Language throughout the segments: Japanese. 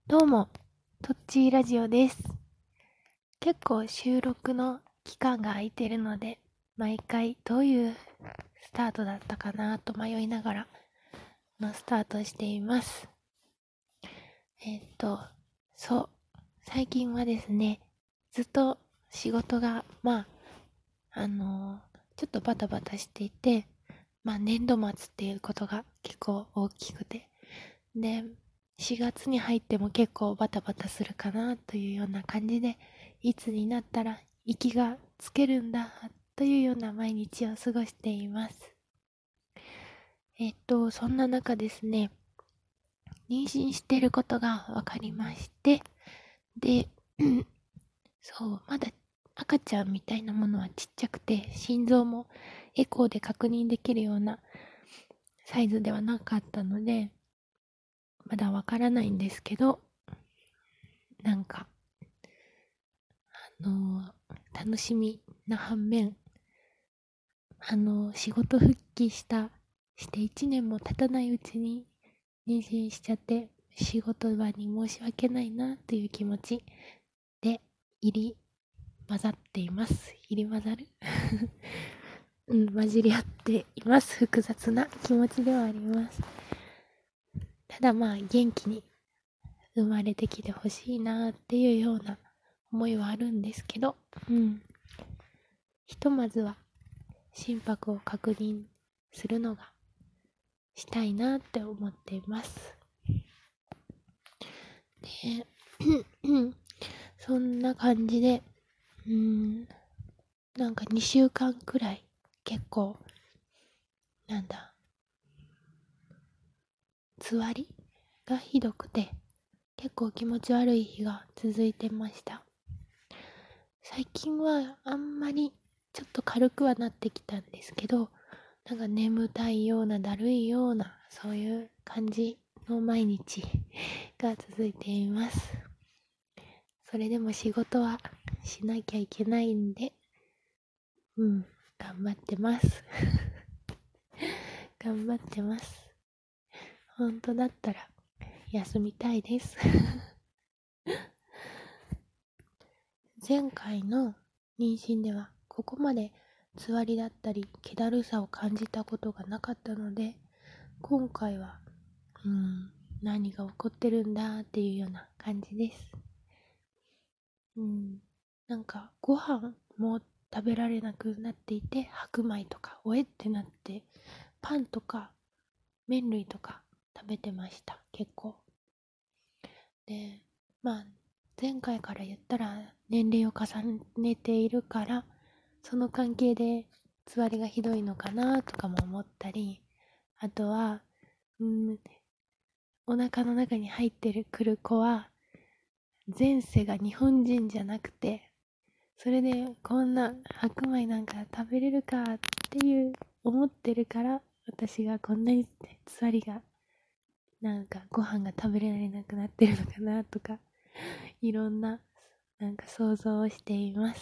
どうも、トッチーラジオです。結構収録の期間が空いてるので、毎回どういうスタートだったかなと迷いながらスタートしています。そう、最近はですね、ずっと仕事が、ちょっとバタバタしていて、年度末っていうことが結構大きくて、で、4月に入っても結構バタバタするかなというような感じで、いつになったら息がつけるんだというような毎日を過ごしています。そんな中ですね、妊娠していることが分かりまして、で、そう、まだ赤ちゃんみたいなものはちっちゃくて、心臓もエコーで確認できるようなサイズではなかったので、まだわからないんですけど、なんか、楽しみな反面、仕事復帰して1年も経たないうちに妊娠しちゃって、仕事場に申し訳ないなという気持ちで入り混ざっています。入り混ざる混じり合っています。複雑な気持ちではあります。ただ元気に生まれてきてほしいなっていうような思いはあるんですけど、ひとまずは心拍を確認するのがしたいなって思っています。でそんな感じでなんか2週間くらい結構つわりがひどくて、結構気持ち悪い日が続いてました。最近はあんまりちょっと軽くはなってきたんですけど、なんか眠たいようなだるいようなそういう感じの毎日が続いています。それでも仕事はしなきゃいけないんで、頑張ってます頑張ってます。本当だったら休みたいです前回の妊娠ではここまでつわりだったり気だるさを感じたことがなかったので、今回は何が起こってるんだっていうような感じです。なんかご飯も食べられなくなっていて、白米とかおえってなって、パンとか麺類とか食べてました。結構で、前回から言ったら年齢を重ねているから、その関係でつわりがひどいのかなとかも思ったり、あとはお腹の中に入ってくる子は前世が日本人じゃなくて、それでこんな白米なんか食べれるかっていう思ってるから、私がこんなにつわりがご飯が食べられなくなってるのかなとか、いろんな想像をしています。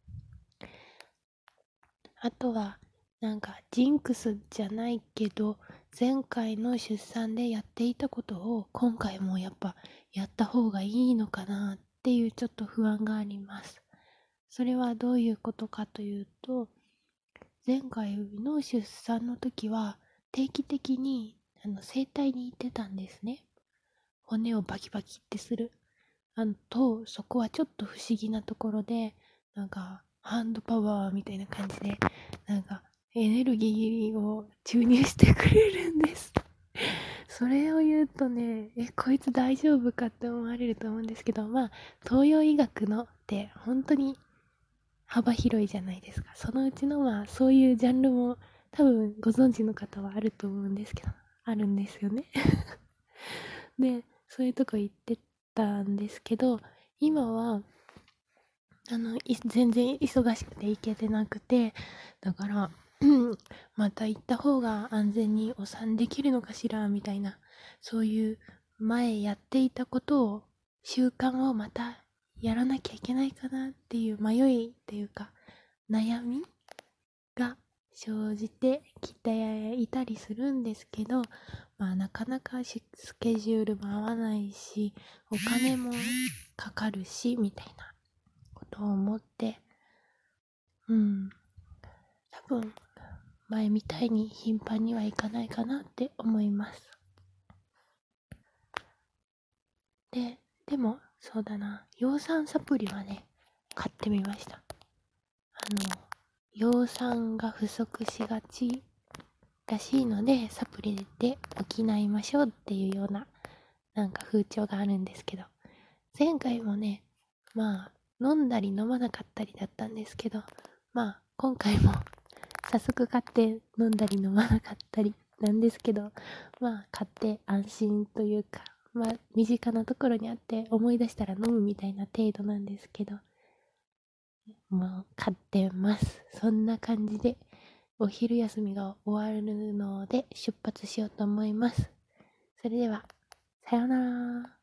あとはジンクスじゃないけど、前回の出産でやっていたことを今回もやっぱやった方がいいのかなっていうちょっと不安があります。それはどういうことかというと、前回の出産の時は定期的に整体に行ってたんですね。骨をバキバキってするそこはちょっと不思議なところで、ハンドパワーみたいな感じでエネルギーを注入してくれるんですそれを言うとね、こいつ大丈夫かって思われると思うんですけど、東洋医学のって本当に幅広いじゃないですか。そのうちのそういうジャンルも多分ご存知の方はあると思うんですけど、あるんですよねで、そういうとこ行ってたんですけど、今は全然忙しくて行けてなくて、だからまた行った方が安全にお産できるのかしらみたいな、そういう前やっていたことを、習慣をまたやらなきゃいけないかなっていう迷いっていうか悩みが生じてきていたりするんですけど、 なかなかスケジュールも合わないし、お金もかかるし、みたいなことを思って、多分、前みたいに頻繁にはいかないかなって思います。でも、そうだな、葉酸サプリはね、買ってみました。葉酸が不足しがちらしいので、サプリで補いましょうっていうような、なんか風潮があるんですけど、前回もね、飲んだり飲まなかったりだったんですけど、今回も早速買って飲んだり飲まなかったりなんですけど、買って安心というか、身近なところにあって思い出したら飲むみたいな程度なんですけど、もう買ってます。そんな感じでお昼休みが終わるので出発しようと思います。それでは、さようなら。